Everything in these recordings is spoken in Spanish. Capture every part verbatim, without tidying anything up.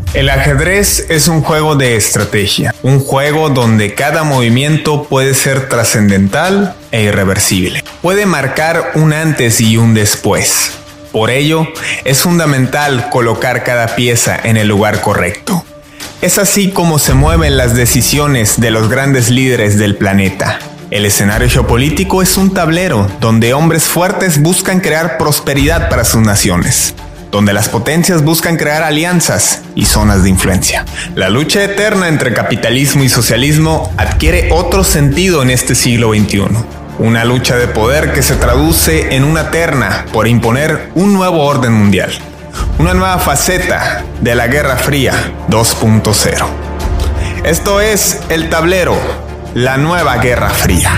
El ajedrez es un juego de estrategia, un juego donde cada movimiento puede ser trascendental e irreversible. Puede marcar un antes y un después. Por ello, es fundamental colocar cada pieza en el lugar correcto. Es así como se mueven las decisiones de los grandes líderes del planeta. El escenario geopolítico es un tablero donde hombres fuertes buscan crear prosperidad para sus naciones, donde las potencias buscan crear alianzas y zonas de influencia. La lucha eterna entre capitalismo y socialismo adquiere otro sentido en este siglo veintiuno. Una lucha de poder que se traduce en una terna por imponer un nuevo orden mundial. Una nueva faceta de la Guerra Fría dos punto cero. Esto es El Tablero, la nueva Guerra Fría.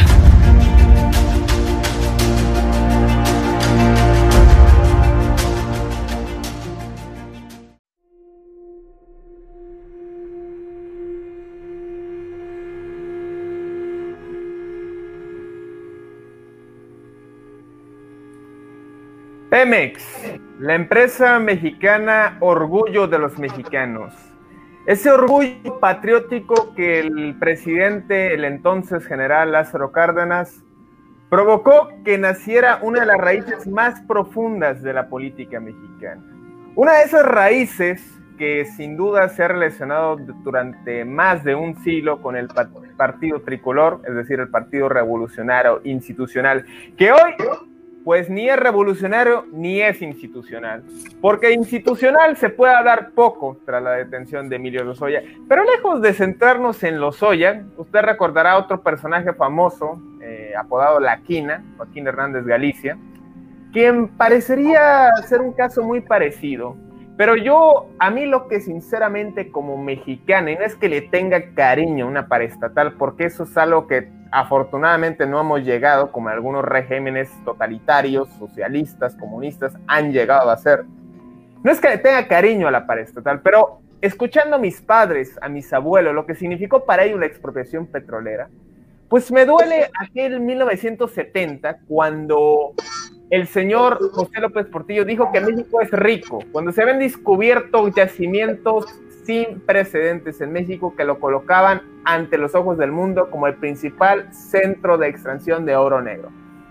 Pemex, la empresa mexicana orgullo de los mexicanos. Ese orgullo patriótico que el presidente, el entonces general Lázaro Cárdenas, provocó que naciera una de las raíces más profundas de la política mexicana. Una de esas raíces que sin duda se ha relacionado durante más de un siglo con el partido tricolor, es decir, el Partido Revolucionario Institucional, que hoy pues ni es revolucionario ni es institucional, porque institucional se puede hablar poco tras la detención de Emilio Lozoya, pero lejos de centrarnos en Lozoya, usted recordará otro personaje famoso, eh, apodado La Quina, Joaquín Hernández Galicia, quien parecería ser un caso muy parecido, pero yo, a mí lo que sinceramente como mexicano, y no es que le tenga cariño a una paraestatal, porque eso es algo que afortunadamente no hemos llegado, como algunos regímenes totalitarios, socialistas, comunistas han llegado a hacer. No es que le tenga cariño a la paraestatal, pero escuchando a mis padres, a mis abuelos, lo que significó para ellos la expropiación petrolera, pues me duele aquel mil novecientos setenta, cuando el señor José López Portillo dijo que México es rico, cuando se habían descubierto yacimientos sin precedentes en México que lo colocaban ante los ojos del mundo como el principal centro de extracción de oro negro.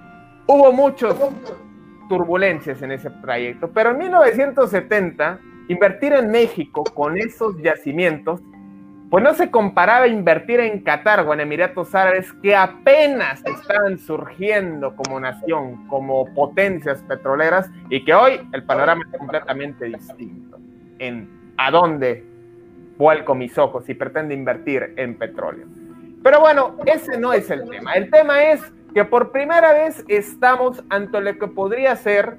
Hubo muchas turbulencias en ese trayecto, pero en mil novecientos setenta, invertir en México con esos yacimientos, pues no se comparaba a invertir en Qatar o en Emiratos Árabes, que apenas estaban surgiendo como nación, como potencias petroleras, y que hoy el panorama es completamente distinto. En a dónde vuelco mis ojos y pretende invertir en petróleo. Pero bueno, ese no es el tema. El tema es que por primera vez estamos ante lo que podría ser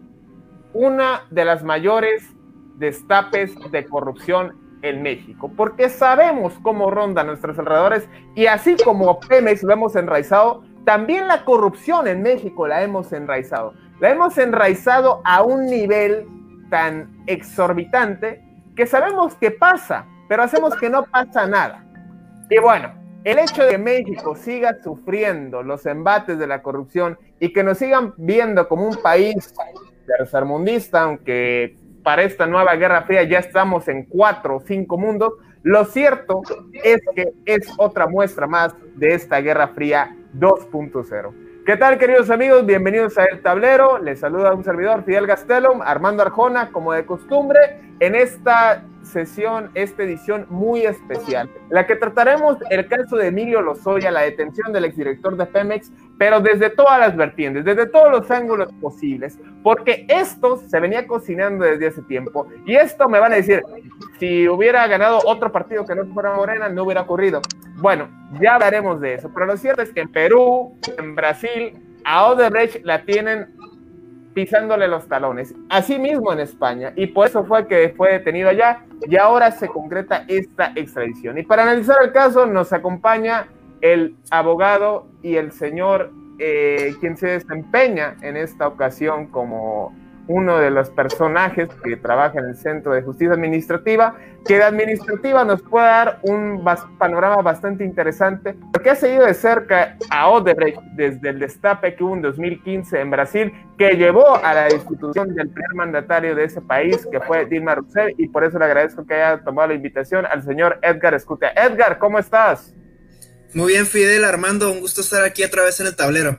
una de las mayores destapes de corrupción en México, porque sabemos cómo rondan nuestros alrededores, y así como Pemex lo hemos enraizado, también la corrupción en México la hemos enraizado. La hemos enraizado a un nivel tan exorbitante que sabemos que pasa, pero hacemos que no pasa nada. Y bueno, el hecho de que México siga sufriendo los embates de la corrupción y que nos sigan viendo como un país tercermundista, aunque para esta nueva Guerra Fría ya estamos en cuatro o cinco mundos, lo cierto es que es otra muestra más de esta Guerra Fría dos punto cero. ¿Qué tal, queridos amigos? Bienvenidos a El Tablero. Les saluda un servidor, Fidel Gastelum, Armando Arjona, como de costumbre, en esta sesión, esta edición muy especial, la que trataremos el caso de Emilio Lozoya, la detención del exdirector de Pemex, pero desde todas las vertientes, desde todos los ángulos posibles, porque esto se venía cocinando desde hace tiempo, y esto me van a decir, si hubiera ganado otro partido que no fuera Morena, no hubiera ocurrido. Bueno, ya hablaremos de eso, pero lo cierto es que en Perú, en Brasil, a Odebrecht la tienen pisándole los talones, así mismo en España, y por eso fue que fue detenido allá, y ahora se concreta esta extradición. Y para analizar el caso nos acompaña el abogado y el señor eh, quien se desempeña en esta ocasión como uno de los personajes que trabaja en el Centro de Justicia Administrativa, que de administrativa nos puede dar un bas- panorama bastante interesante, porque ha seguido de cerca a Odebrecht desde el destape que hubo en dos mil quince en Brasil, que llevó a la destitución del primer mandatario de ese país, que fue Dilma Rousseff, y por eso le agradezco que haya tomado la invitación al señor Edgar Escutia. Edgar, ¿cómo estás? Muy bien, Fidel, Armando, un gusto estar aquí otra vez en el tablero.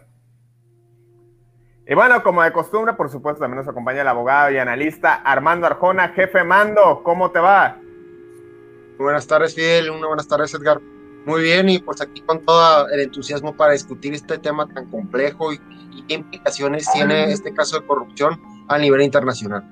Y bueno, como de costumbre, por supuesto, también nos acompaña el abogado y analista Armando Arjona. Jefe Mando, ¿cómo te va? Muy buenas tardes, Fidel. Una buenas tardes, Edgar. Muy bien, y pues aquí con todo el entusiasmo para discutir este tema tan complejo y, y qué implicaciones tiene este caso de corrupción a nivel internacional.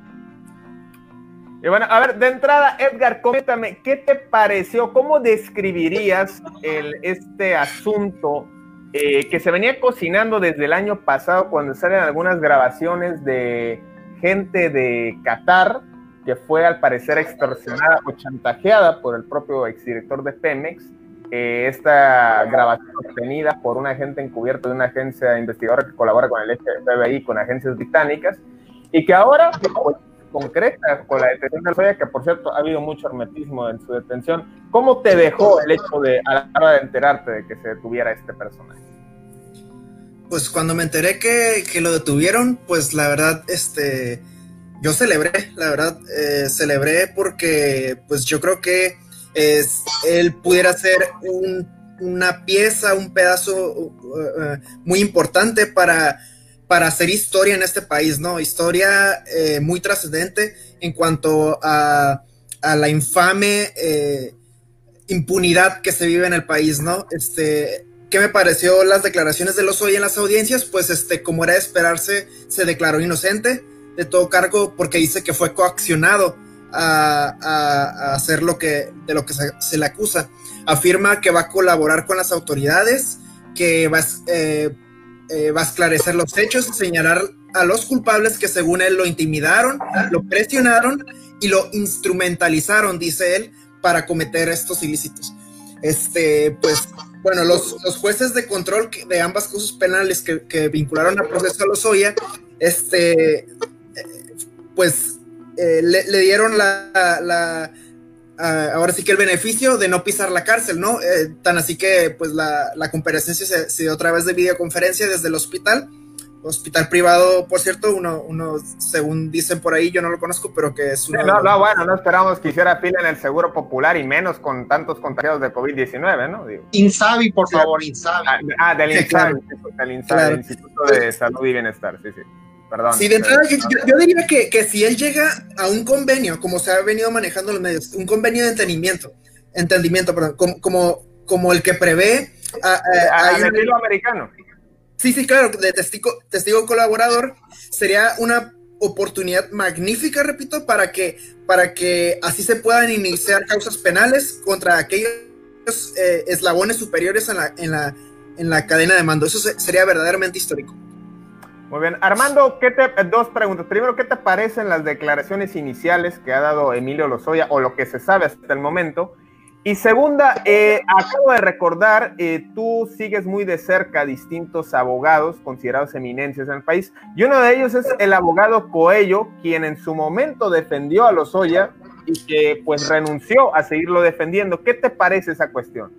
Y bueno, a ver, de entrada, Edgar, coméntame, ¿qué te pareció? ¿Cómo describirías el, este asunto eh, que se venía cocinando desde el año pasado, cuando salen algunas grabaciones de gente de Qatar que fue al parecer extorsionada o chantajeada por el propio exdirector de Pemex? Eh, esta grabación obtenida por un agente encubierto de una agencia investigadora que colabora con el F B I, con agencias británicas, y que ahora pues, concreta con la detención de Lozoya, que por cierto ha habido mucho hermetismo en su detención. ¿Cómo te dejó el hecho de, a la hora de enterarte de que se detuviera este personaje? Pues cuando me enteré que, que lo detuvieron, pues la verdad, este, yo celebré, la verdad, eh, celebré porque pues yo creo que es, él pudiera ser un, una pieza, un pedazo uh, uh, muy importante para, para hacer historia en este país, ¿no? Historia eh, muy trascendente en cuanto a, a la infame eh, impunidad que se vive en el país, ¿no? Este, ¿qué me pareció las declaraciones de Lozoya en las audiencias? Pues este, como era de esperarse, se declaró inocente de todo cargo porque dice que fue coaccionado a, a, a hacer lo que, de lo que se, se le acusa. Afirma que va a colaborar con las autoridades, que va, eh, eh, va a esclarecer los hechos y señalar a los culpables que según él lo intimidaron, lo presionaron y lo instrumentalizaron, dice él, para cometer estos ilícitos. Este, pues, bueno, los, los jueces de control de ambas causas penales que, que vincularon al proceso a Lozoya, este, pues, eh, le, le dieron la, la uh, ahora sí que el beneficio de no pisar la cárcel, ¿no? Eh, tan así que, pues, la, la comparecencia se, se dio a través de videoconferencia desde el hospital, hospital privado, por cierto, uno, uno, según dicen por ahí, yo no lo conozco, pero que es uno... Sí, no, no, bueno, no esperamos que hiciera fila en el Seguro Popular y menos con tantos contagiados de COVID diecinueve, ¿no? Digo. Insabi, por favor, Insabi. Ah, ah del Insabi, claro. del Insabi, Claro. del Instituto de Salud y Bienestar, sí, sí. Perdón. Sí, de entrada, yo, yo diría que, que si él llega a un convenio, como se ha venido manejando en los medios, un convenio de entendimiento, entendimiento, perdón, como, como, como el que prevé... A, a, Al estilo americano. Sí, sí, claro, de testigo, testigo colaborador, sería una oportunidad magnífica, repito, para que, para que así se puedan iniciar causas penales contra aquellos eh, eslabones superiores en la, en, la, en la cadena de mando. Eso se, sería verdaderamente histórico. Muy bien. Armando, ¿qué te, dos preguntas. Primero, ¿qué te parecen las declaraciones iniciales que ha dado Emilio Lozoya, o lo que se sabe hasta el momento? Y segunda, eh, acabo de recordar, eh, tú sigues muy de cerca a distintos abogados considerados eminencias en el país, y uno de ellos es el abogado Coello, quien en su momento defendió a Lozoya y que pues renunció a seguirlo defendiendo. ¿Qué te parece esa cuestión?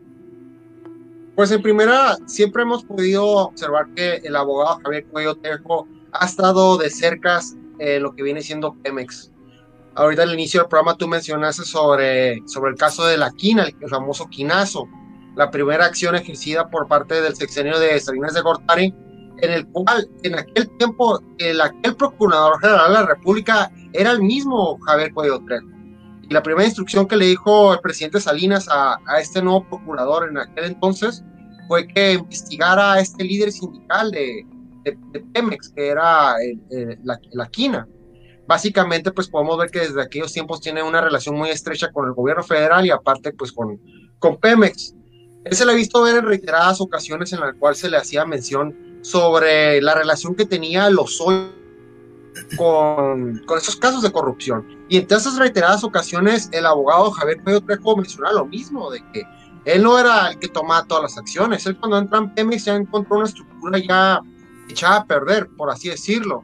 Pues en primera, siempre hemos podido observar que el abogado Javier Coello Trejo ha estado de cerca eh, lo que viene siendo Pemex. Ahorita al inicio del programa tú mencionaste sobre, sobre el caso de la quina, el, el famoso quinazo, la primera acción ejercida por parte del sexenio de Salinas de Gortari, en el cual en aquel tiempo el aquel procurador general de la República era el mismo Javier Coello Trejo. Y la primera instrucción que le dijo el presidente Salinas a, a este nuevo procurador en aquel entonces fue que investigara a este líder sindical de, de, de Pemex, que era el, el, la, la quina. Básicamente, pues podemos ver que desde aquellos tiempos tiene una relación muy estrecha con el gobierno federal y aparte, pues con, con Pemex. Él se le ha visto ver en reiteradas ocasiones en las cuales se le hacía mención sobre la relación que tenía Lozoya con, con esos casos de corrupción. Y en esas reiteradas ocasiones, el abogado Javier Coello Trejo menciona lo mismo, de que él no era el que tomaba todas las acciones. Él cuando entra en Pemex ya encontró una estructura ya echada a perder, por así decirlo.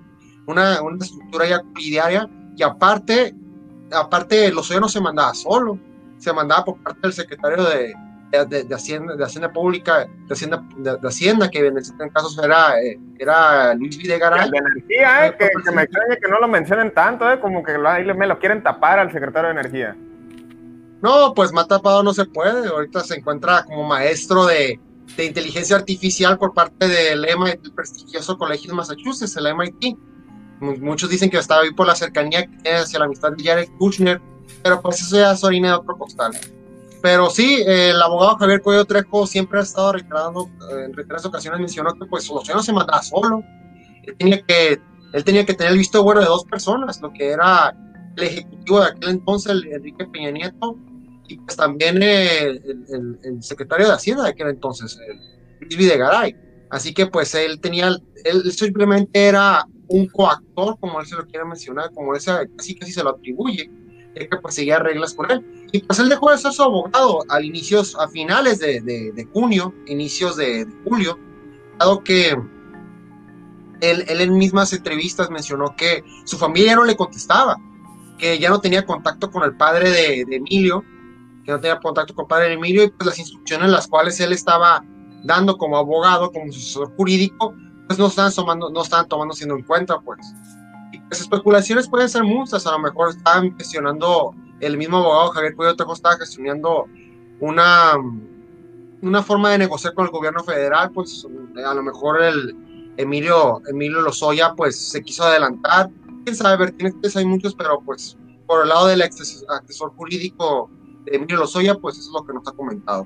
una, una estructura ya colidiaria, y aparte, aparte Lozoya no se mandaba solo, se mandaba por parte del secretario de, de, de, de, Hacienda, de Hacienda Pública, de Hacienda, de, de Hacienda que en este caso era, eh, era Luis Videgaray. De energía, eh, que, que me extraña que no lo mencionen tanto, eh, como que ahí me lo quieren tapar al secretario de Energía. No, pues más tapado no se puede. Ahorita se encuentra como maestro de, de inteligencia artificial por parte del M I T, del prestigioso colegio de Massachusetts, el M I T. Muchos dicen que estaba ahí por la cercanía que tiene hacia la amistad de Jared Kushner, pero pues eso ya es orina de otro costal. Pero sí, eh, el abogado Javier Cuello Trejo siempre ha estado reiterando, eh, en reiteradas ocasiones mencionó que pues Lozoya no se mandaba solo. Él tenía que, él tenía que tener el visto bueno de dos personas, lo que era el ejecutivo de aquel entonces, el Enrique Peña Nieto, y pues también eh, el, el, el secretario de Hacienda de aquel entonces, el Luis Videgaray. Así que pues él tenía, él simplemente era un coactor, como él se lo quiere mencionar, como él se, casi casi se lo atribuye, ya que pues seguía reglas por él. Y pues él dejó de ser su abogado al inicios, a finales de, de, de junio, inicios de, de julio, dado que él, él en mismas entrevistas mencionó que su familia no le contestaba, que ya no tenía contacto con el padre de, de Emilio, que no tenía contacto con el padre de Emilio, y pues las instrucciones las cuales él estaba dando como abogado, como asesor jurídico, pues no estaban tomando, no estaban tomando siendo en cuenta, pues. Y pues especulaciones pueden ser muchas, a lo mejor estaban gestionando, el mismo abogado Javier Cuello Trejo estaba gestionando una, una forma de negociar con el gobierno federal, pues a lo mejor el Emilio, Emilio Lozoya, pues se quiso adelantar, quién sabe, vertientes hay muchos, pero pues por el lado del asesor jurídico de Emilio Lozoya, pues eso es lo que nos ha comentado.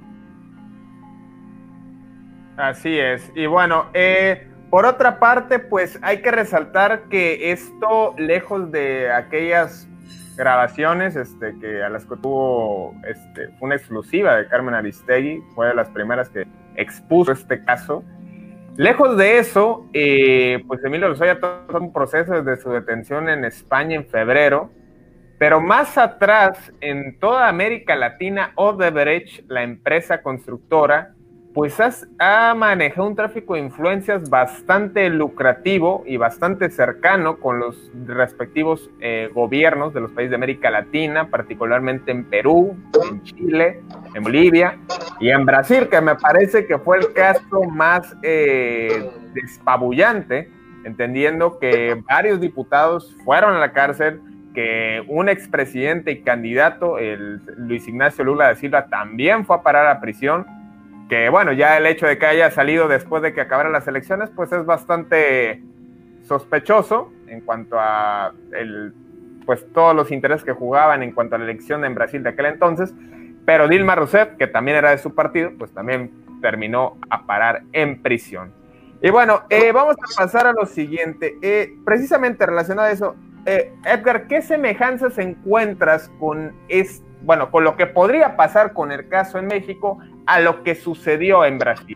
Así es, y bueno, eh, por otra parte, pues hay que resaltar que esto, lejos de aquellas grabaciones este, que a las que tuvo este, fue una exclusiva de Carmen Aristegui, fue de las primeras que expuso este caso. Lejos de eso, eh, pues Emilio Lozoya tuvo un proceso desde su detención en España en febrero, pero más atrás, en toda América Latina, Odebrecht, la empresa constructora, pues has, ha manejado un tráfico de influencias bastante lucrativo y bastante cercano con los respectivos eh, gobiernos de los países de América Latina, particularmente en Perú, en Chile, en Bolivia y en Brasil, que me parece que fue el caso más eh, despabullante, entendiendo que varios diputados fueron a la cárcel, que un expresidente y candidato, el Luis Ignacio Lula da Silva, también fue a parar a prisión, que bueno, ya el hecho de que haya salido después de que acabaran las elecciones, pues es bastante sospechoso en cuanto a el, pues todos los intereses que jugaban en cuanto a la elección en Brasil de aquel entonces, pero Dilma Rousseff, que también era de su partido, pues también terminó a parar en prisión. Y bueno, eh, vamos a pasar a lo siguiente, eh, precisamente relacionado a eso, eh, Edgar, ¿qué semejanzas encuentras con este, bueno, con lo que podría pasar con el caso en México a lo que sucedió en Brasil?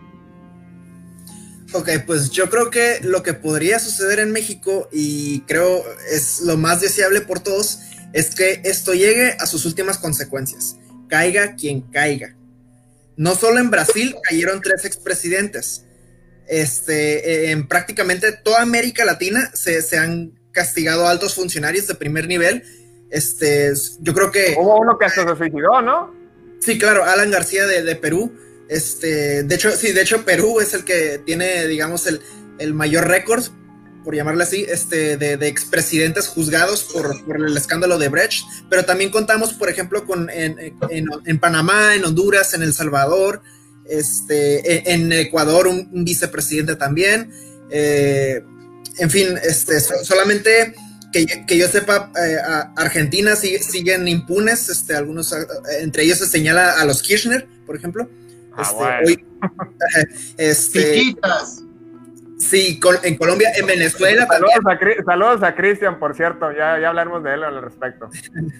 Ok, pues yo creo que lo que podría suceder en México, y creo es lo más deseable por todos, es que esto llegue a sus últimas consecuencias. Caiga quien caiga. No solo en Brasil cayeron tres expresidentes. Este, en prácticamente toda América Latina se, se han castigado altos funcionarios de primer nivel. Este, yo creo que... Hubo uno que hasta se suicidó, ¿no? Sí, claro, Alan García de, de Perú. Este, de hecho, sí, de hecho Perú es el que tiene, digamos, el, el mayor récord, por llamarle así, este, de, de expresidentes juzgados por, por el escándalo de Brecht, pero también contamos, por ejemplo, con en, en, en Panamá, en Honduras, en El Salvador, este, en, en Ecuador un, un vicepresidente también, eh, en fin, este, so, solamente... Que, que yo sepa, eh, a Argentina sigue, siguen impunes, este, algunos, entre ellos se señala a los Kirchner, por ejemplo. Ah, este, bueno. hoy, este, Chiquitas. Sí, con, en Colombia, en Venezuela saludos también. A, saludos a Cristian, por cierto, ya, ya hablaremos de él al respecto.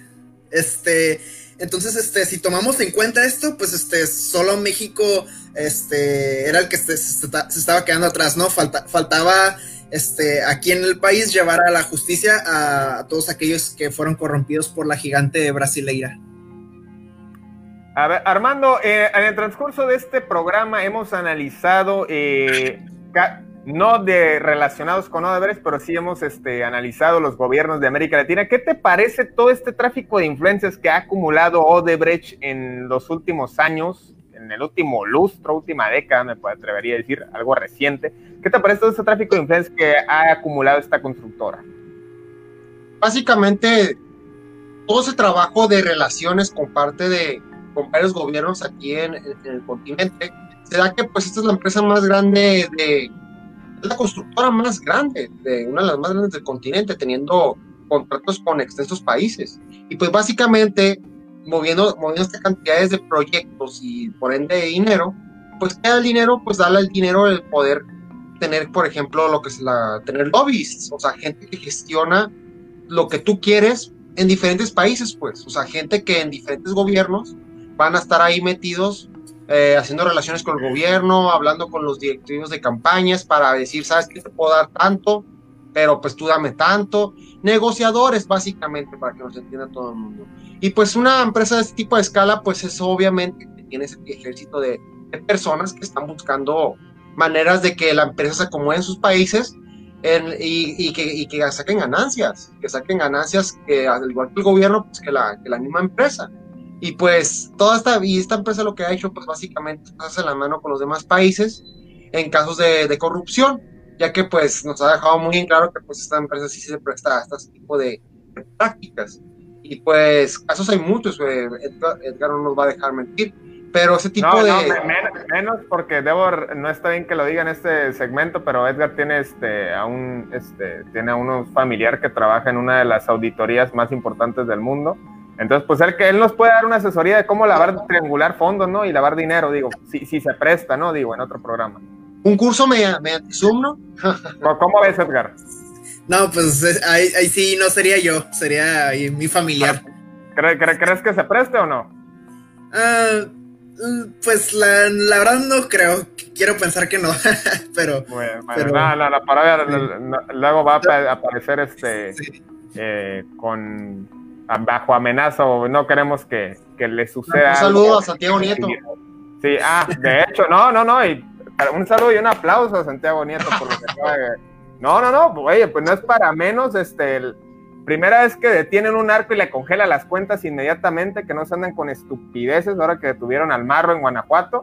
Este, entonces, este, si tomamos en cuenta esto, pues este, solo México este, era el que se, se, se estaba quedando atrás, ¿no? Falta, faltaba... Este, aquí en el país llevar a la justicia a, a todos aquellos que fueron corrompidos por la gigante brasileira. A ver, Armando, eh, en el transcurso de este programa hemos analizado eh, ca no de relacionados con Odebrecht, pero sí hemos este, analizado los gobiernos de América Latina. ¿Qué te parece todo este tráfico de influencias que ha acumulado Odebrecht en los últimos años, en el último lustro, última década, me atrevería a decir, algo reciente? ¿Qué te parece todo este tráfico de influencias que ha acumulado esta constructora? Básicamente, todo ese trabajo de relaciones con parte de con varios gobiernos aquí en, en el continente, se da que pues esta es la empresa más grande de es la constructora más grande, de una de las más grandes del continente, teniendo contratos con extensos países. Y pues básicamente, moviendo, moviendo estas cantidades de proyectos y por ende de dinero, pues queda el dinero, pues darle el dinero el poder tener, por ejemplo, lo que es la, tener lobbies, o sea, gente que gestiona lo que tú quieres en diferentes países, pues, o sea, gente que en diferentes gobiernos van a estar ahí metidos, Eh, haciendo relaciones con el gobierno, hablando con los directivos de campañas para decir, sabes que te puedo dar tanto, pero pues tú dame tanto, negociadores básicamente, para que nos entienda todo el mundo. Y pues una empresa de este tipo de escala, pues es obviamente que tiene ese ejército de, de personas que están buscando maneras de que la empresa se acomode en sus países en, y, y, que, y que saquen ganancias, que saquen ganancias que al igual que el gobierno, pues que la, que la misma empresa. Y pues toda esta, y esta empresa lo que ha hecho pues básicamente hace la mano con los demás países en casos de, de corrupción, ya que pues nos ha dejado muy en claro que pues esta empresa sí se presta a este tipo de, de prácticas. Y pues casos hay muchos, eh, Edgar, Edgar no nos va a dejar mentir, pero ese tipo no, de... No, menos, menos porque debo, no está bien que lo diga en este segmento, pero Edgar tiene, este, a un, este, tiene a un familiar que trabaja en una de las auditorías más importantes del mundo. Entonces, pues él, que él nos puede dar una asesoría de cómo lavar, triangular fondos, ¿no? Y lavar dinero, digo, si, si se presta, ¿no? Digo, en otro programa. Un curso mediante, mediante Zoom, ¿no? ¿Cómo ves, Edgar? No, pues ahí, ahí sí no sería yo, sería ahí mi familiar. ¿Cre, cre, ¿Crees que se preste o no? Uh, pues la, la verdad no creo, quiero pensar que no, pero... Bueno, bueno, pero no, no, no, para ver, sí. Luego va a aparecer este, sí. eh, con... bajo amenaza, o no queremos que, que le suceda. Un saludo a Santiago Nieto. Sí, ah, de hecho, no, no, no, y un saludo y un aplauso a Santiago Nieto por lo que acaba de... No, no, no, oye, pues no es para menos, este, el... primera vez que detienen un narco y le congela las cuentas inmediatamente, que no se andan con estupideces, ahora que detuvieron al Marro en Guanajuato.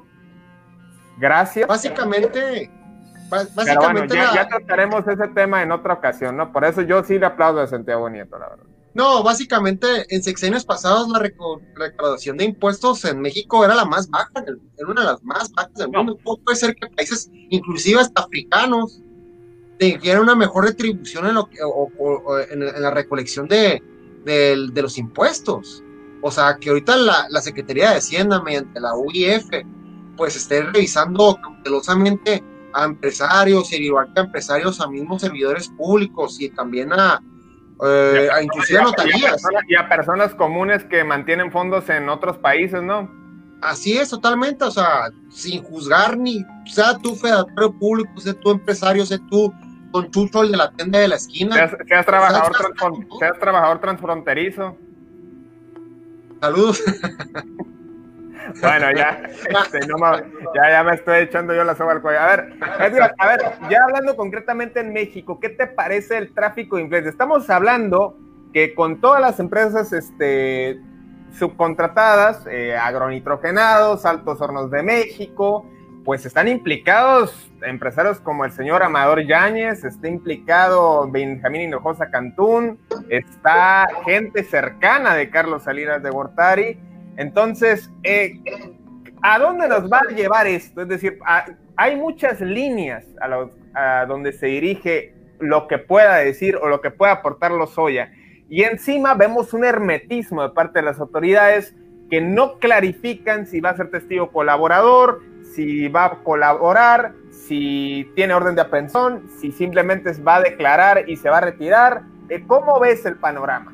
Gracias. Básicamente... básicamente Pero bueno, ya, la... ya trataremos ese tema en otra ocasión, ¿no? Por eso yo sí le aplaudo a Santiago Nieto, la verdad. No, básicamente en sexenios pasados la recaudación de impuestos en México era la más baja, era una de las más bajas del mundo. No. Puede ser que países, inclusive hasta africanos, tuvieran una mejor retribución en, lo que, o, o, o en, en la recolección de, de, de los impuestos. O sea, que ahorita la, la Secretaría de Hacienda, mediante la U I F, pues esté revisando cautelosamente a empresarios, y igual que a empresarios, a mismos servidores públicos y también a Eh, a inclusive a notarías. Y a, personas, y a personas comunes que mantienen fondos en otros países, ¿no? Así es, totalmente, o sea, sin juzgar ni, sea tú federatario público, sea tú empresario, sea tú don Chucho, el de la tienda de la esquina. Seas, seas trabajador, transfron seas trabajador transfronterizo. Saludos. Bueno, ya, este, no me, ya, ya me estoy echando yo la soga al cuello. A ver, Edgar, a ver, ya hablando concretamente en México, ¿qué te parece el tráfico de influencias? Estamos hablando que con todas las empresas este, subcontratadas, eh, agronitrogenados, Altos Hornos de México, pues están implicados empresarios como el señor Amador Yáñez, está implicado Benjamín Hinojosa Cantún, está gente cercana de Carlos Salinas de Gortari. Entonces, eh, ¿a dónde nos va a llevar esto? Es decir, a, hay muchas líneas a, lo, a donde se dirige lo que pueda decir o lo que pueda aportar Lozoya. Y encima vemos un hermetismo de parte de las autoridades que no clarifican si va a ser testigo colaborador, si va a colaborar, si tiene orden de aprehensión, si simplemente va a declarar y se va a retirar. ¿Cómo ves el panorama?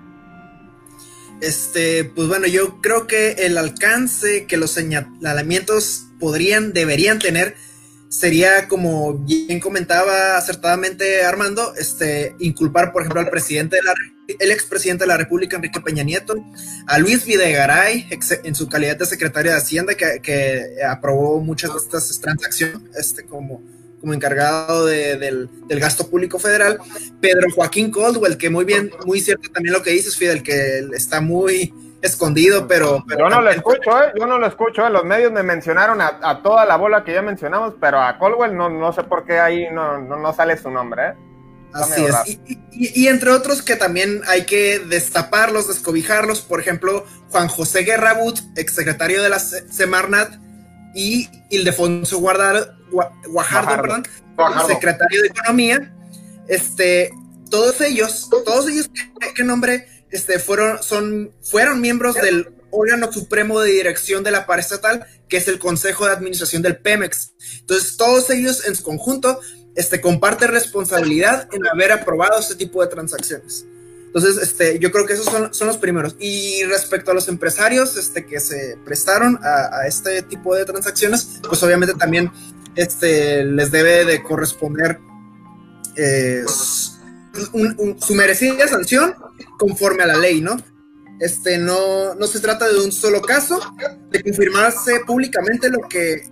Este, pues bueno, yo creo que el alcance que los señalamientos podrían, deberían tener, sería, como bien comentaba acertadamente Armando, este, inculpar, por ejemplo, al presidente de la, el expresidente de la República, Enrique Peña Nieto, a Luis Videgaray, ex, en su calidad de secretario de Hacienda, que, que aprobó muchas de estas transacciones, este, como, como encargado de, del, del gasto público federal, Pedro Joaquín Caldwell, que muy bien, muy cierto también lo que dices, Fidel, que está muy escondido, pero... pero yo no también... lo escucho, ¿eh? Yo no lo escucho, ¿eh? Los medios me mencionaron a, a toda la bola que ya mencionamos, pero a Caldwell no, no sé por qué ahí no, no, no sale su nombre, ¿eh? Así es, y, y, y entre otros que también hay que destaparlos, descobijarlos, por ejemplo, Juan José Guerra But, exsecretario de la Semarnat, y Ildefonso Guardado, Guajardo, Guajardo, perdón, Guajardo. secretario de Economía. Este, todos ellos, todos ellos que, que nombré, este, fueron, son, fueron miembros del órgano supremo de dirección de la paraestatal, que es el Consejo de Administración del Pemex. Entonces, todos ellos en su conjunto Este, comparte responsabilidad en haber aprobado este tipo de transacciones. Entonces, este, yo creo que esos son, son los primeros. Y respecto a los empresarios este, que se prestaron a, a este tipo de transacciones, pues obviamente también este, les debe de corresponder eh, un, un, su merecida sanción conforme a la ley, ¿no? Este, no, no se trata de un solo caso, de confirmarse públicamente lo que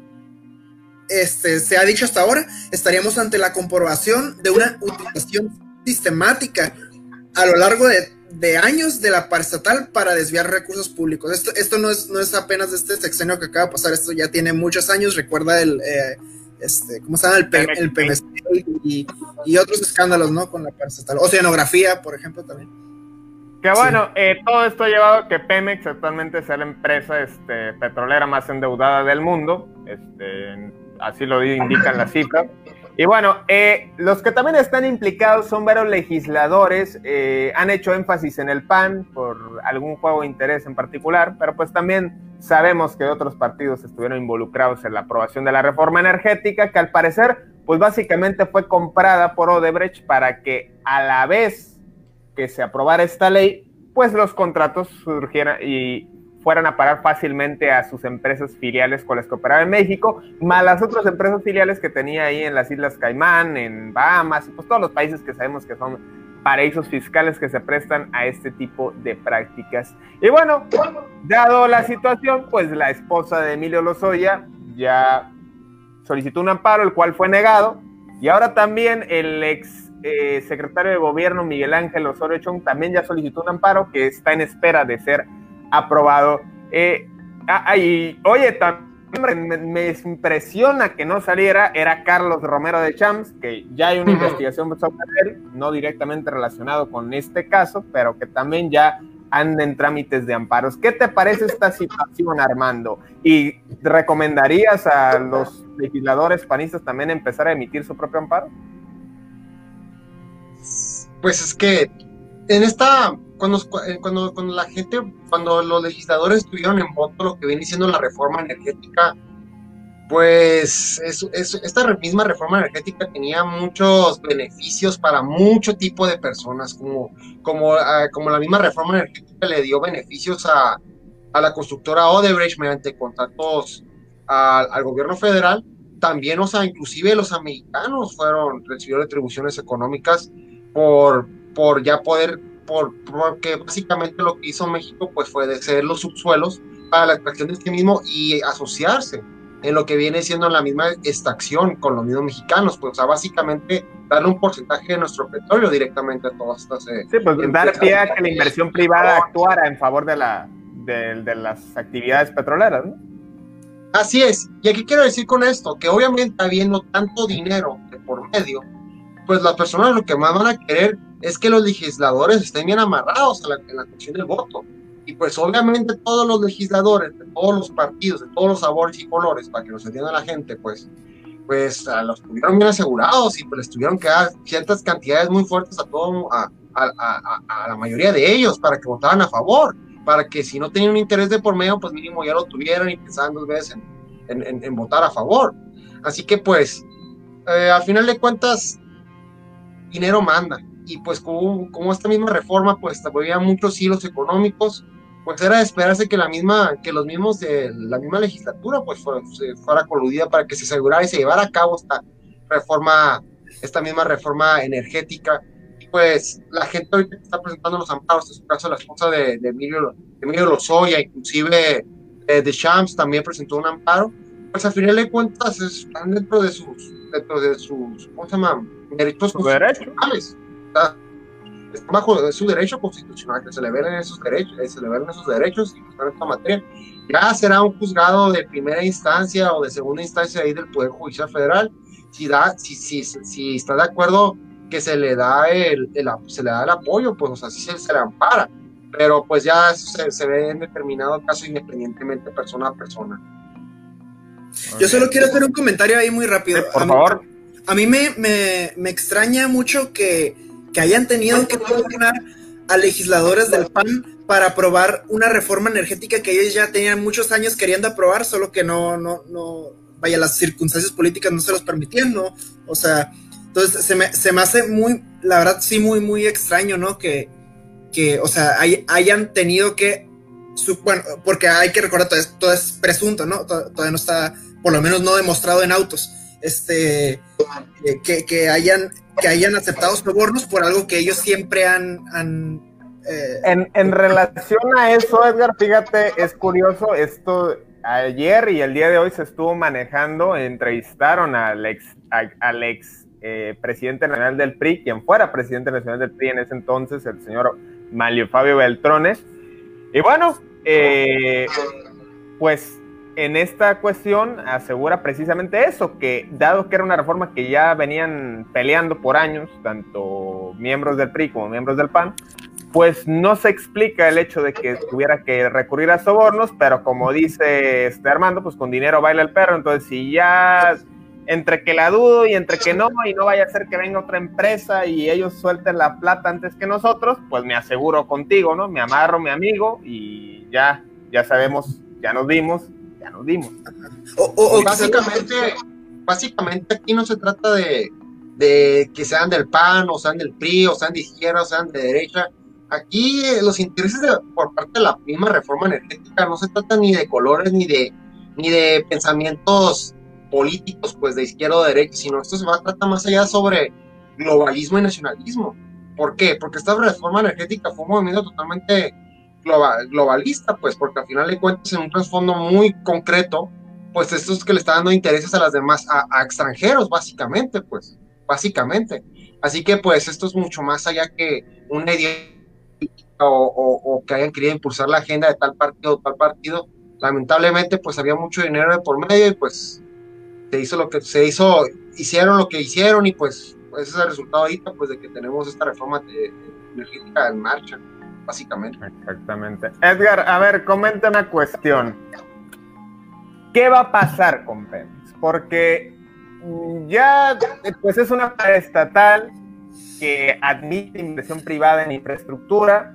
Este, se ha dicho hasta ahora, estaríamos ante la comprobación de una utilización sistemática a lo largo de, de años de la paraestatal para desviar recursos públicos. Esto, esto no, es, no es apenas de este sexenio que acaba de pasar, esto ya tiene muchos años. Recuerda el, eh, este, ¿cómo se llama? El, P, el P M C y, y otros escándalos, ¿no? Con la paraestatal. Oceanografía, por ejemplo, también. Que bueno, sí. eh, todo esto ha llevado a que Pemex actualmente sea la empresa este, petrolera más endeudada del mundo. Este... Así lo indican las cifras. Y bueno, eh, los que también están implicados son varios legisladores, eh, han hecho énfasis en el P A N por algún juego de interés en particular, pero pues también sabemos que otros partidos estuvieron involucrados en la aprobación de la reforma energética, que al parecer, pues básicamente fue comprada por Odebrecht para que a la vez que se aprobara esta ley, pues los contratos surgieran y fueran a pagar fácilmente a sus empresas filiales con las que operaba en México, más las otras empresas filiales que tenía ahí en las Islas Caimán, en Bahamas, y pues todos los países que sabemos que son paraísos fiscales que se prestan a este tipo de prácticas. Y bueno, dado la situación, pues la esposa de Emilio Lozoya ya solicitó un amparo, el cual fue negado, y ahora también el ex eh, secretario de gobierno Miguel Ángel Osorio Chong también ya solicitó un amparo que está en espera de ser aprobado. Eh, ah, y, oye, también me, me impresiona que no saliera, era Carlos Romero de Champs, que ya hay una uh-huh. investigación sobre él, no directamente relacionado con este caso, pero que también ya anda en trámites de amparos. ¿Qué te parece esta situación, Armando? ¿Y recomendarías a los legisladores panistas también empezar a emitir su propio amparo? Pues es que en esta... Cuando, cuando, cuando la gente, cuando los legisladores tuvieron en voto lo que viene siendo la reforma energética, pues es, es, esta misma reforma energética tenía muchos beneficios para mucho tipo de personas, como, como, uh, como la misma reforma energética le dio beneficios a, a la constructora Odebrecht mediante contratos a, al gobierno federal. También, o sea, inclusive los americanos fueron, recibieron retribuciones económicas por, por ya poder... Por, porque básicamente lo que hizo México pues fue de ceder los subsuelos para la extracción de este mismo y asociarse en lo que viene siendo la misma extracción con los mismos mexicanos, pues o sea, básicamente darle un porcentaje de nuestro petróleo directamente a todas estas... Eh, sí, pues dar pie a que la inversión privada actuara en favor de, la, de, de las actividades petroleras, ¿no? Así es, y aquí quiero decir con esto, que obviamente habiendo tanto dinero de por medio, pues las personas lo que más van a querer es que los legisladores estén bien amarrados a la, a la cuestión del voto. Y pues obviamente todos los legisladores de todos los partidos, de todos los sabores y colores, para que nos entienda la gente, pues, pues a los tuvieron bien asegurados y pues les tuvieron que dar ciertas cantidades muy fuertes a todo, a, a, a, a la mayoría de ellos para que votaran a favor, para que si no tenían un interés de por medio, pues mínimo ya lo tuvieran y pensaban dos veces en, en, en, en votar a favor. Así que pues, eh, al final de cuentas, dinero manda. Y pues como, como esta misma reforma pues había muchos hilos económicos, pues era de esperarse que la misma, que los mismos de la misma legislatura pues fuera, fuera coludida para que se asegurara y se llevara a cabo esta reforma, esta misma reforma energética. Y pues la gente ahorita que está presentando los amparos, en su caso la esposa de, de, Emilio, de Emilio Lozoya, inclusive eh, de Champs también presentó un amparo, pues al final de cuentas están dentro de sus dentro de sus, ¿cómo se llama? Derechos ¿Su derecho? constitucionales. Está, está bajo su derecho constitucional, que se le velen esos derechos, se le velen esos derechos y en esta materia. Ya será un juzgado de primera instancia o de segunda instancia ahí del Poder Judicial Federal, si da, si, si, si está de acuerdo que se le da el, el, se le da el apoyo, pues o sea, sí se, se le ampara, pero pues ya se, se ve en determinado caso independientemente persona a persona. Yo solo quiero hacer un comentario ahí muy rápido. Sí, por a favor. Mí, a mí me, me, me extraña mucho que, que hayan tenido que presionar a legisladores del P A N para aprobar una reforma energética que ellos ya tenían muchos años queriendo aprobar, solo que no, no, no, vaya, las circunstancias políticas no se los permitían, ¿no? O sea, entonces se me, se me hace muy, la verdad, sí, muy, muy extraño, ¿no? Que, que o sea, hay, hayan tenido que, su, bueno, porque hay que recordar, todo es, todo es presunto, ¿no? Todo, todavía no está, por lo menos no demostrado en autos, este, que, que, hayan, que hayan aceptado sobornos por algo que ellos siempre han... han eh, en, en relación a eso, Edgar, fíjate, es curioso, esto ayer y el día de hoy se estuvo manejando, entrevistaron al ex, a, al ex eh, presidente nacional del P R I, quien fuera presidente nacional del P R I en ese entonces, el señor Manlio Fabio Beltrones, y bueno, eh, pues en esta cuestión asegura precisamente eso, que dado que era una reforma que ya venían peleando por años, tanto miembros del P R I como miembros del P A N, pues no se explica el hecho de que tuviera que recurrir a sobornos, pero como dice este Armando, pues con dinero baila el perro, entonces si ya entre que la dudo y entre que no, y no vaya a ser que venga otra empresa y ellos suelten la plata antes que nosotros, pues me aseguro contigo, ¿no? Me amarro, mi amigo, y ya, ya sabemos, ya nos dimos, ya nos dimos. O, o, o básicamente, básicamente aquí no se trata de, de que sean del P A N, o sean del P R I, o sean de izquierda, o sean de derecha. Aquí eh, los intereses de, por parte de la misma reforma energética no se trata ni de colores ni de ni de pensamientos políticos, pues de izquierda o de derecha, sino esto se va a tratar más allá sobre globalismo y nacionalismo. ¿Por qué? Porque esta reforma energética fue un movimiento totalmente global, globalista, pues porque al final de cuentas en un trasfondo muy concreto, pues esto es que le está dando intereses a las demás, a, a extranjeros básicamente, pues, básicamente. Así que pues esto es mucho más allá que una idea O, o, o que hayan querido impulsar la agenda de tal partido o tal partido. Lamentablemente pues había mucho dinero de por medio y pues se hizo lo que se hizo, hicieron lo que hicieron y pues, pues ese es el resultado ahorita pues de que tenemos esta reforma de, de energética en marcha, básicamente. Exactamente. Edgar, a ver, comenta una cuestión. ¿Qué va a pasar con Pemex? Porque ya pues es una estatal que admite inversión privada en infraestructura,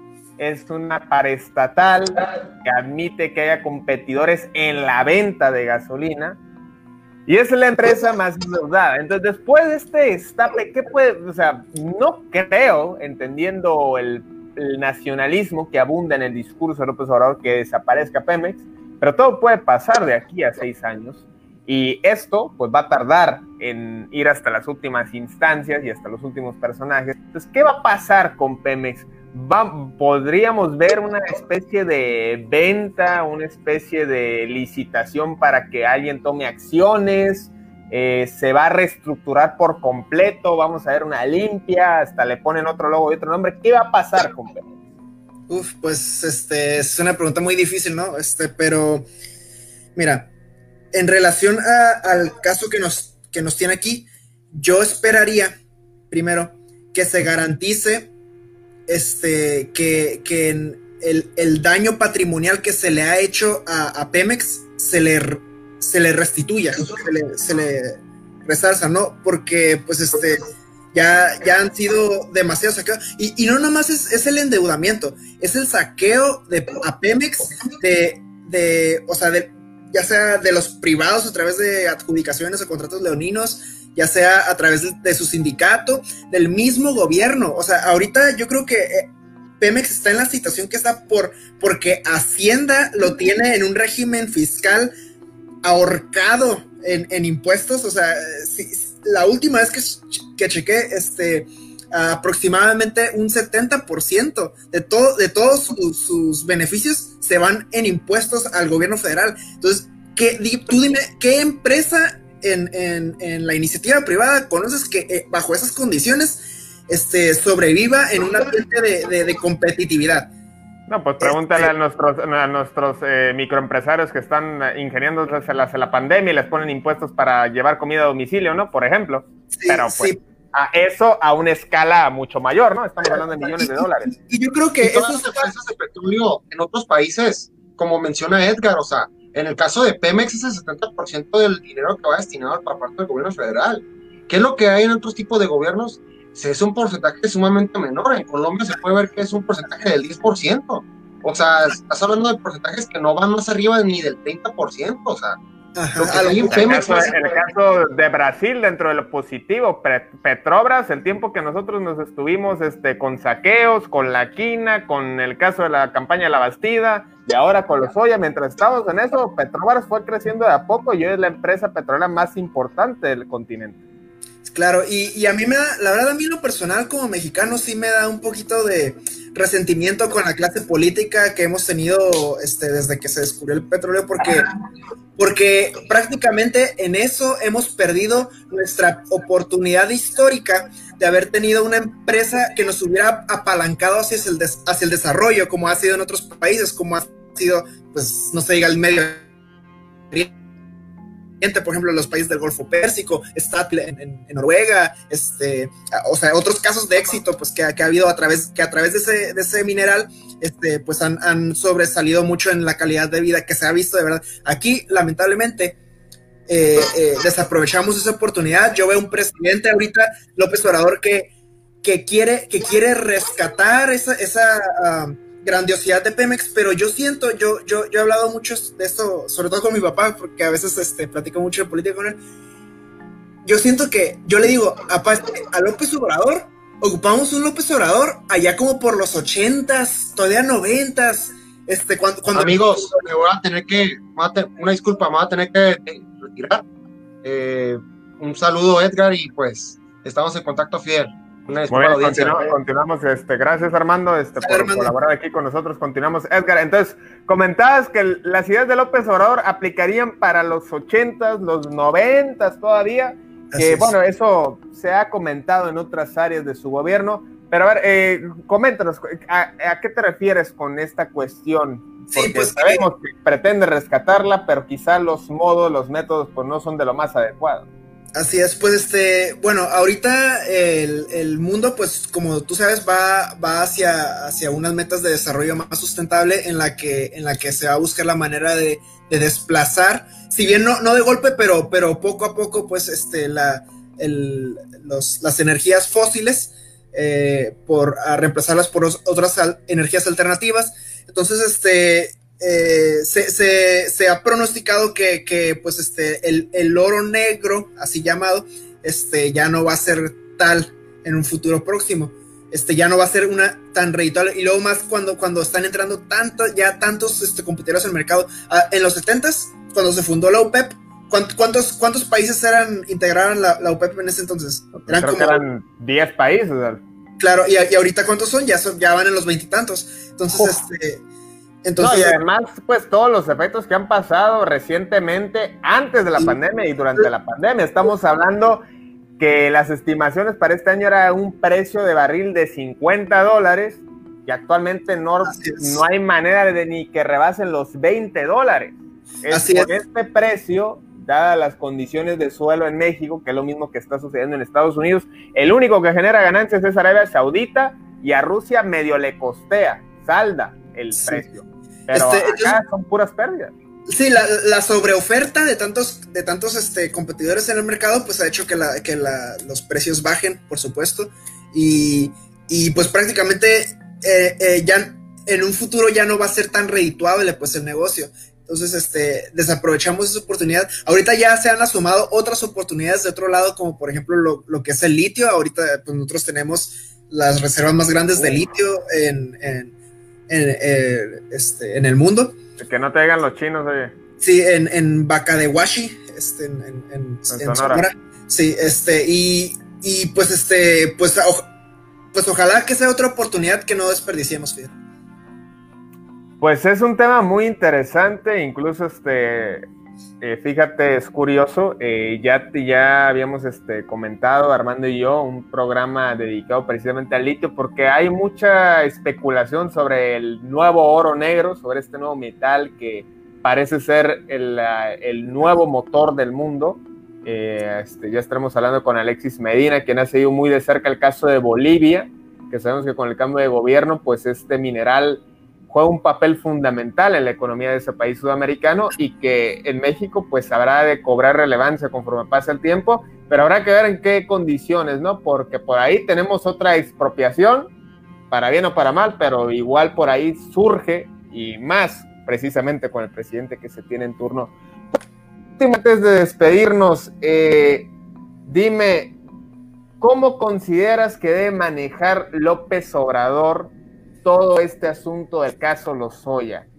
es una paraestatal que admite que haya competidores en la venta de gasolina y es la empresa más endeudada. Entonces, después de este destape, ¿qué puede? O sea, no creo, entendiendo el, el nacionalismo que abunda en el discurso de López Obrador, que desaparezca Pemex, pero todo puede pasar de aquí a seis años. Y esto, pues, va a tardar en ir hasta las últimas instancias y hasta los últimos personajes. Entonces, ¿qué va a pasar con Pemex? Va, ¿Podríamos ver una especie de venta, una especie de licitación para que alguien tome acciones? Eh, ¿Se va a reestructurar por completo? ¿Vamos a ver una limpia? ¿Hasta le ponen otro logo y otro nombre? ¿Qué va a pasar con Pemex? Uf, pues, este, es una pregunta muy difícil, ¿no? Este, pero, mira... En relación a, al caso que nos, que nos tiene aquí, yo esperaría, primero, que se garantice este, que, que el, el daño patrimonial que se le ha hecho a, a Pemex se le, se le restituya, se le, se le resarza, ¿no? Porque, pues, este, ya, ya han sido demasiados saqueos. Y, y no nomás es, es el endeudamiento, es el saqueo de, a Pemex de, de, o sea, de ya sea de los privados a través de adjudicaciones o contratos leoninos, ya sea a través de, de su sindicato, del mismo gobierno. O sea, ahorita yo creo que eh, Pemex está en la situación que está por porque Hacienda lo tiene en un régimen fiscal ahorcado en, en impuestos. O sea, si, la última vez que, que chequé, este, aproximadamente un setenta por ciento de, todo, de todos sus, sus beneficios se van en impuestos al gobierno federal. Entonces, ¿qué, tú dime, ¿qué empresa en, en, en la iniciativa privada conoces que eh, bajo esas condiciones este, sobreviva en un ambiente de, de, de competitividad? No, pues pregúntale este, a nuestros, a nuestros eh, microempresarios que están ingeniándose la, la pandemia y les ponen impuestos para llevar comida a domicilio, ¿no? Por ejemplo. Sí, Pero pues sí. a eso a una escala mucho mayor, ¿no? Estamos hablando de millones de dólares. Y, y yo creo que y todas esas empresas de petróleo en otros países, como menciona Edgar, o sea, en el caso de Pemex es el setenta por ciento del dinero que va destinado por parte del gobierno federal. ¿Qué es lo que hay en otros tipos de gobiernos? Es un porcentaje sumamente menor. En Colombia se puede ver que es un porcentaje del diez por ciento. O sea, estás hablando de porcentajes que no van más arriba ni del treinta por ciento. O sea, Ajá, lo que hay en Pemex. En el, caso, en el caso de Brasil, dentro de lo positivo, Petrobras, el tiempo que nosotros nos estuvimos este, con saqueos, con la quina, con el caso de la campaña de la Bastida, y ahora con los Oya, mientras estábamos en eso, Petrobras fue creciendo de a poco y hoy es la empresa petrolera más importante del continente. Claro, y, y a mí me da, la verdad a mí lo personal como mexicano sí me da un poquito de resentimiento con la clase política que hemos tenido este, desde que se descubrió el petróleo, porque, porque prácticamente en eso hemos perdido nuestra oportunidad histórica de haber tenido una empresa que nos hubiera apalancado hacia el, des, hacia el desarrollo, como ha sido en otros países, como ha sido, pues, no se diga el Medio Oriente, por ejemplo, los países del Golfo Pérsico, Statoil en, en, en Noruega, este, o sea, otros casos de éxito, pues, que, que ha habido a través, que a través de ese, de ese mineral, este, pues, han, han sobresalido mucho en la calidad de vida que se ha visto, de verdad. Aquí, lamentablemente, eh, eh, desaprovechamos esa oportunidad. Yo veo un presidente ahorita, López Obrador, que, que, quiere, que quiere rescatar esa, esa uh, grandiosidad de Pemex, pero yo siento, yo, yo, yo he hablado mucho de esto, sobre todo con mi papá, porque a veces este, platico mucho de política con él. Yo siento que, yo le digo, a, a López Obrador, ocupamos un López Obrador allá como por los ochentas, todavía noventas. Este, cuando, cuando... Amigos, me voy a tener que, una disculpa, me voy a tener que retirar. Eh, un saludo, Edgar, y pues estamos en contacto, Fidel. Una disculpa, bueno, continu continuamos, este, gracias Armando, este, por Armando. colaborar aquí con nosotros, continuamos. Edgar, entonces, comentabas que las ideas de López Obrador aplicarían para los ochentas, los noventas todavía, que es. Bueno, eso se ha comentado en otras áreas de su gobierno, pero a ver, eh, coméntanos, ¿a, ¿a qué te refieres con esta cuestión? Porque sí, pues, sabemos que... que pretende rescatarla, pero quizá los modos, los métodos, pues no son de lo más adecuados. Así es, pues este, bueno, ahorita el, el mundo, pues como tú sabes, va, va hacia, hacia unas metas de desarrollo más sustentable en la que, en la que se va a buscar la manera de, de desplazar, si bien no, no de golpe, pero, pero poco a poco, pues este, la, el, los, las energías fósiles eh, por a reemplazarlas por otras al, energías alternativas. Entonces, este... Eh, se, se, se ha pronosticado que, que pues este el, el oro negro, así llamado, este ya no va a ser tal en un futuro próximo, este ya no va a ser una tan redituable, y luego más cuando, cuando están entrando tantos, ya tantos este, competidores en el mercado. Ah, en los setentas, cuando se fundó la OPEP, ¿cuántos, cuántos países eran integraron la, la OPEP en ese entonces? Eran Creo como, que eran diez países, ¿verdad? Claro, y, y ahorita ¿cuántos son? Ya, son, ya van en los veintitantos. Entonces, oh. este Entonces, no, y además, pues todos los efectos que han pasado recientemente, antes de la sí. pandemia y durante la pandemia. Estamos hablando que las estimaciones para este año era un precio de barril de cincuenta dólares, y actualmente no, no hay manera de ni que rebasen los veinte dólares. Es Así por es. este precio, dadas las condiciones de suelo en México, que es lo mismo que está sucediendo en Estados Unidos, el único que genera ganancias es Arabia Saudita, y a Rusia medio le costea, salda el sí. precio. Pero este, acá son puras pérdidas. Sí, la, la sobreoferta de tantos, de tantos este, competidores en el mercado, pues ha hecho que, la, que la, los precios bajen, por supuesto, y, y pues prácticamente eh, eh, ya en un futuro ya no va a ser tan redituable pues el negocio. Entonces, este, desaprovechamos esa oportunidad. Ahorita ya se han asomado otras oportunidades de otro lado, como por ejemplo lo, lo que es el litio. Ahorita pues nosotros tenemos las reservas más grandes de litio en... en En, eh, este, en el mundo. Que no te digan los chinos, oye. Sí, en, en Bacadehuashi, este, en, en, en, en Sonora. Sonora. Sí, este, y, y pues este, pues, o, pues ojalá que sea otra oportunidad que no desperdiciemos, Fidel. Pues es un tema muy interesante, incluso este, Eh, fíjate, es curioso, eh, ya, ya habíamos este, comentado, Armando y yo, un programa dedicado precisamente al litio, porque hay mucha especulación sobre el nuevo oro negro, sobre este nuevo metal que parece ser el, el nuevo motor del mundo. Eh, este, ya estaremos hablando con Alexis Medina, quien ha seguido muy de cerca el caso de Bolivia, que sabemos que con el cambio de gobierno, pues este mineral juega un papel fundamental en la economía de ese país sudamericano y que en México pues habrá de cobrar relevancia conforme pase el tiempo, pero habrá que ver en qué condiciones, ¿no? Porque por ahí tenemos otra expropiación, para bien o para mal, pero igual por ahí surge, y más precisamente con el presidente que se tiene en turno. Antes de despedirnos, eh, dime, ¿cómo consideras que debe manejar López Obrador todo este asunto del caso Lozoya?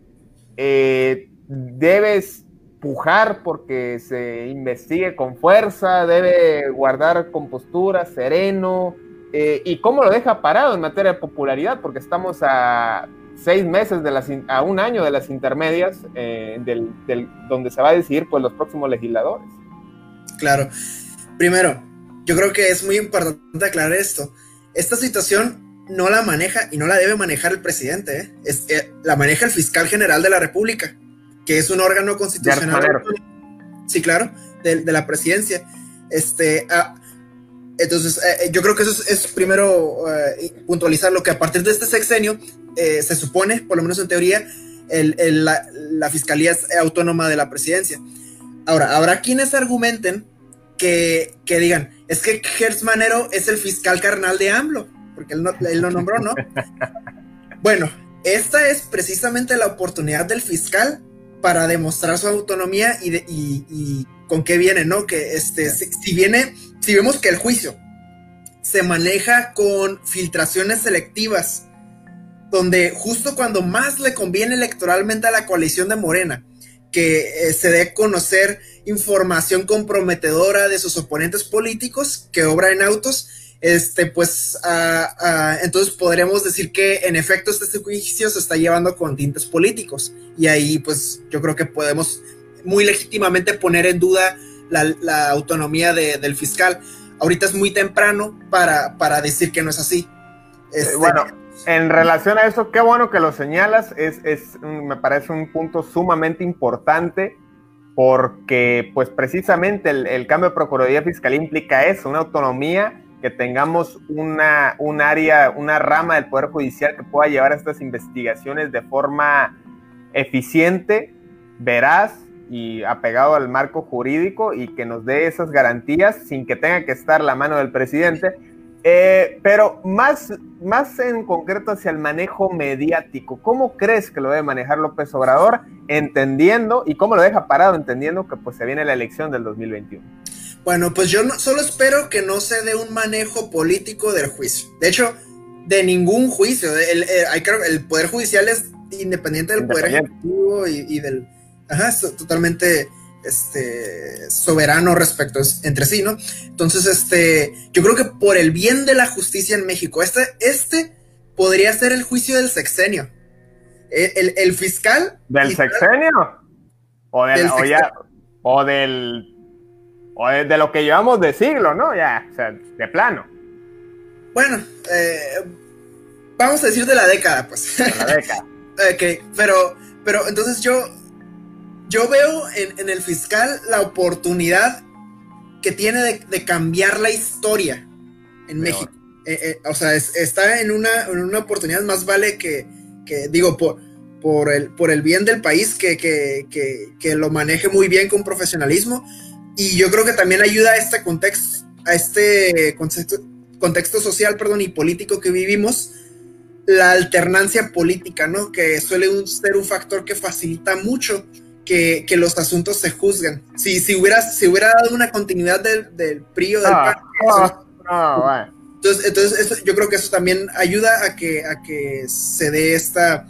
Eh, ¿Debes pujar porque se investigue con fuerza? ¿Debe guardar compostura, sereno? Eh, ¿Y cómo lo deja parado en materia de popularidad? Porque estamos a seis meses, de las, a un año de las intermedias, eh, del, del, donde se va a decidir pues, los próximos legisladores. Claro. Primero, yo creo que es muy importante aclarar esto. Esta situación no la maneja y no la debe manejar el presidente, ¿eh? Es, eh, la maneja el fiscal general de la República, que es un órgano constitucional. Sí, claro, de, de la presidencia. Este, ah, entonces, eh, yo creo que eso es, es primero eh, puntualizar lo que a partir de este sexenio eh, se supone, por lo menos en teoría, el, el, la, la fiscalía es autónoma de la presidencia. Ahora, habrá quienes argumenten que, que digan, es que Gertz Manero es el fiscal carnal de AMLO, porque él, no, él lo nombró, ¿no? Bueno, esta es precisamente la oportunidad del fiscal para demostrar su autonomía y, de, y, y con qué viene, ¿no? Que este, si, si viene, si vemos que el juicio se maneja con filtraciones selectivas, donde justo cuando más le conviene electoralmente a la coalición de Morena, que eh, se dé a conocer información comprometedora de sus oponentes políticos que obran en autos, este, pues, uh, uh, entonces podremos decir que en efecto este juicio se está llevando con tintes políticos, y ahí pues yo creo que podemos muy legítimamente poner en duda la, la autonomía de, del fiscal. Ahorita es muy temprano para, para decir que no es así. Este, bueno, en relación a eso, qué bueno que lo señalas, es, es, me parece un punto sumamente importante, porque pues precisamente el, el cambio de Procuraduría Fiscal implica eso, una autonomía, que tengamos una, un área, una rama del Poder Judicial que pueda llevar estas investigaciones de forma eficiente, veraz y apegado al marco jurídico, y que nos dé esas garantías sin que tenga que estar la mano del presidente. Eh, pero más, más en concreto hacia el manejo mediático, ¿cómo crees que lo debe manejar López Obrador, entendiendo, y cómo lo deja parado entendiendo que pues se viene la elección del dos mil veintiuno? Bueno, pues yo no, solo espero que no se dé un manejo político del juicio. De hecho, de ningún juicio. El, el, el, el Poder Judicial es independiente del Poder Ejecutivo y, y del... Ajá, es totalmente este, soberano respecto entre sí, ¿no? Entonces, este, yo creo que por el bien de la justicia en México, este, este podría ser el juicio del sexenio. El, el, el fiscal... ¿Del fiscal, sexenio? O, del, del o, ya, o del... O de, de lo que llevamos de siglo, ¿no? Ya, o sea, de plano. Bueno, eh, vamos a decir de la década, pues. De la década. Ok, pero, pero entonces yo, yo veo en, en el fiscal la oportunidad que tiene de, de cambiar la historia en México. Eh, eh, o sea, es, está en una, en una oportunidad, más vale que, que digo, por, por, el, por el bien del país, que, que, que, que lo maneje muy bien con profesionalismo. Y yo creo que también ayuda a este contexto, a este contexto, contexto social, perdón, y político que vivimos, la alternancia política, ¿no? Que suele un, ser un factor que facilita mucho que, que los asuntos se juzguen. Si, si, hubiera, si hubiera dado una continuidad del, del P R I o del ah, P A N, no, eso, no, bueno. Entonces, entonces eso, yo creo que eso también ayuda a que, a que se dé esta...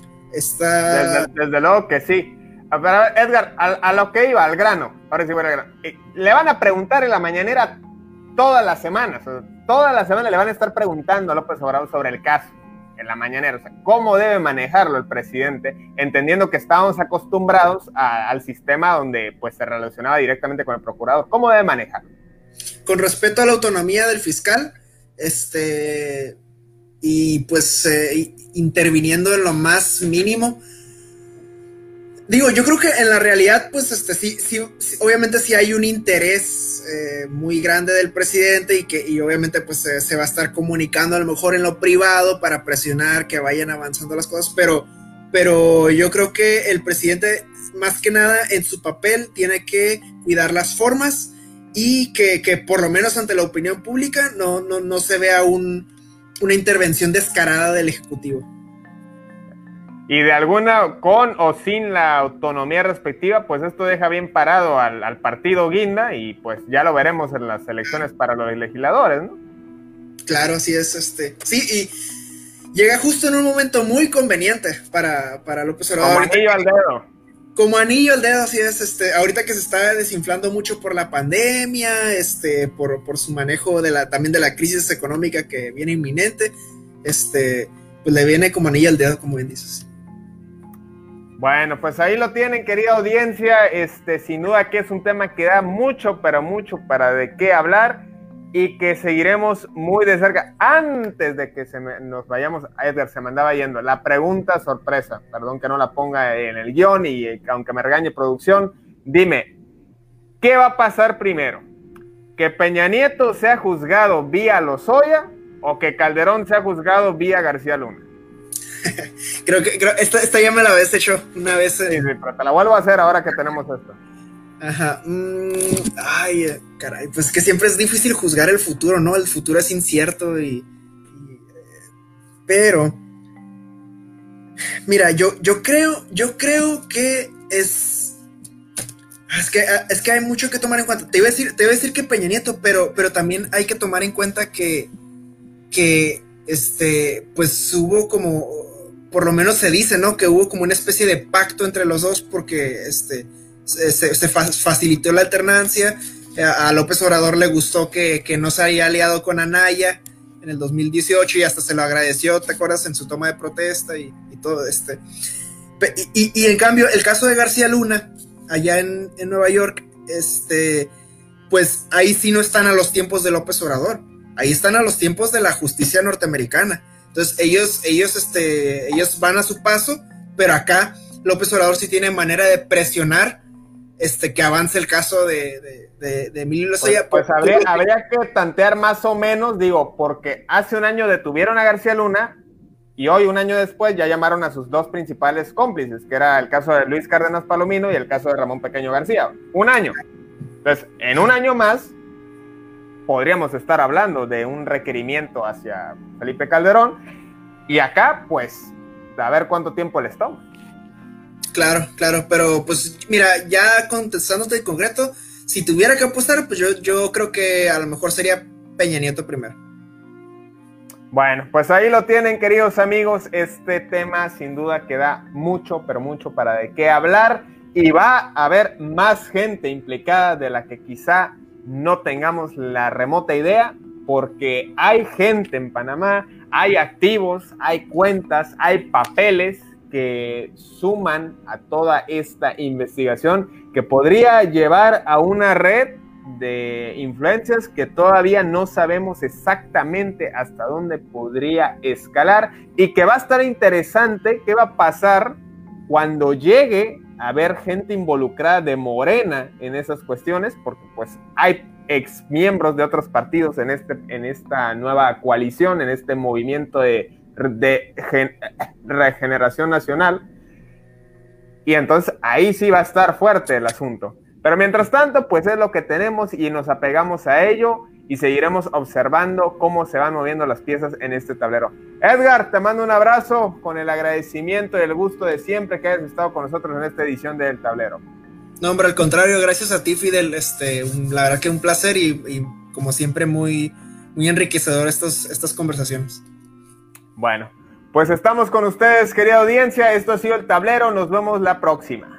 esta... Desde, desde luego que sí. Pero Edgar, a, a lo que iba, al grano, ahora sí voy al grano. Le van a preguntar en la mañanera todas las semanas, toda la semana le van a estar preguntando a López Obrador sobre el caso. en la mañanera. O sea, ¿cómo debe manejarlo el presidente? Entendiendo que estábamos acostumbrados a, al sistema donde pues, se relacionaba directamente con el procurador. ¿Cómo debe manejarlo? Con respecto a la autonomía del fiscal, este, y pues eh, interviniendo en lo más mínimo. Digo, yo creo que en la realidad, pues, este, sí, sí, sí obviamente sí hay un interés eh, muy grande del presidente y que, y obviamente, pues, eh, se va a estar comunicando a lo mejor en lo privado para presionar que vayan avanzando las cosas, pero, pero yo creo que el presidente, más que nada, en su papel, tiene que cuidar las formas y que, que por lo menos ante la opinión pública no, no, no se vea un, una intervención descarada del Ejecutivo. Y de alguna, con o sin la autonomía respectiva, pues esto deja bien parado al, al partido Guinda y pues ya lo veremos en las elecciones para los legisladores, ¿no? Claro, así es, este, sí, y llega justo en un momento muy conveniente para, para López Obrador. Como anillo al dedo. Como anillo al dedo, así es, este, ahorita que se está desinflando mucho por la pandemia, este, por, por su manejo de la, también de la crisis económica que viene inminente, este, pues le viene como anillo al dedo, como bien dices. Bueno, pues ahí lo tienen, querida audiencia, este, sin duda que es un tema que da mucho, pero mucho para de qué hablar y que seguiremos muy de cerca. Antes de que se me, nos vayamos, Edgar, se me andaba yendo, la pregunta sorpresa, perdón que no la ponga en el guión y aunque me regañe producción, dime, ¿qué va a pasar primero? ¿Que Peña Nieto sea juzgado vía Lozoya o que Calderón sea juzgado vía García Luna? Creo que creo, esta, esta ya me la habías hecho una vez. Eh. Sí, sí, pero te la vuelvo a hacer ahora que tenemos esto. Ajá. Mm, ay, caray, pues que siempre es difícil juzgar el futuro, ¿no? El futuro es incierto y... y pero... Mira, yo, yo creo, yo creo que es... Es que, es que hay mucho que tomar en cuenta. Te iba a decir, te iba a decir que Peña Nieto, pero, pero también hay que tomar en cuenta que... que este, pues hubo como, por lo menos se dice, ¿no? Que hubo como una especie de pacto entre los dos porque este, se, se facilitó la alternancia. A López Obrador le gustó que, que no se haya aliado con Anaya en el dos mil dieciocho y hasta se lo agradeció, ¿te acuerdas? En su toma de protesta y, y todo este. Y, y, y en cambio, el caso de García Luna, allá en, en Nueva York, este, pues ahí sí no están a los tiempos de López Obrador. Ahí están a los tiempos de la justicia norteamericana. Entonces ellos, ellos, este, ellos van a su paso, pero acá López Obrador sí tiene manera de presionar este, que avance el caso de, de, de, de Emilio Lozoya. Pues, pues habría, habría que tantear más o menos, digo, porque hace un año detuvieron a García Luna y hoy, un año después, ya llamaron a sus dos principales cómplices, que era el caso de Luis Cárdenas Palomino y el caso de Ramón Pequeño García. Un año. Entonces, en un año más podríamos estar hablando de un requerimiento hacia Felipe Calderón y acá, pues, a ver cuánto tiempo les toma. Claro, claro, pero pues mira, ya contestándote en concreto, si tuviera que apostar, pues yo, yo creo que a lo mejor sería Peña Nieto primero. Bueno, pues ahí lo tienen, queridos amigos, este tema sin duda que da mucho, pero mucho para de qué hablar y va a haber más gente implicada de la que quizá no tengamos la remota idea, porque hay gente en Panamá, hay activos, hay cuentas, hay papeles que suman a toda esta investigación que podría llevar a una red de influencias que todavía no sabemos exactamente hasta dónde podría escalar y que va a estar interesante qué va a pasar cuando llegue a haber gente involucrada de Morena en esas cuestiones, porque pues hay ex miembros de otros partidos en, este, en esta nueva coalición, en este movimiento de, de gen, regeneración nacional, y entonces ahí sí va a estar fuerte el asunto. Pero mientras tanto, pues es lo que tenemos y nos apegamos a ello y seguiremos observando cómo se van moviendo las piezas en este tablero. Edgar, te mando un abrazo con el agradecimiento y el gusto de siempre que hayas estado con nosotros en esta edición del Tablero. No, hombre, al contrario, gracias a ti, Fidel. Este, la verdad que un placer y, y como siempre muy, muy enriquecedor estos, estas conversaciones. Bueno, pues estamos con ustedes, querida audiencia. Esto ha sido el Tablero. Nos vemos la próxima.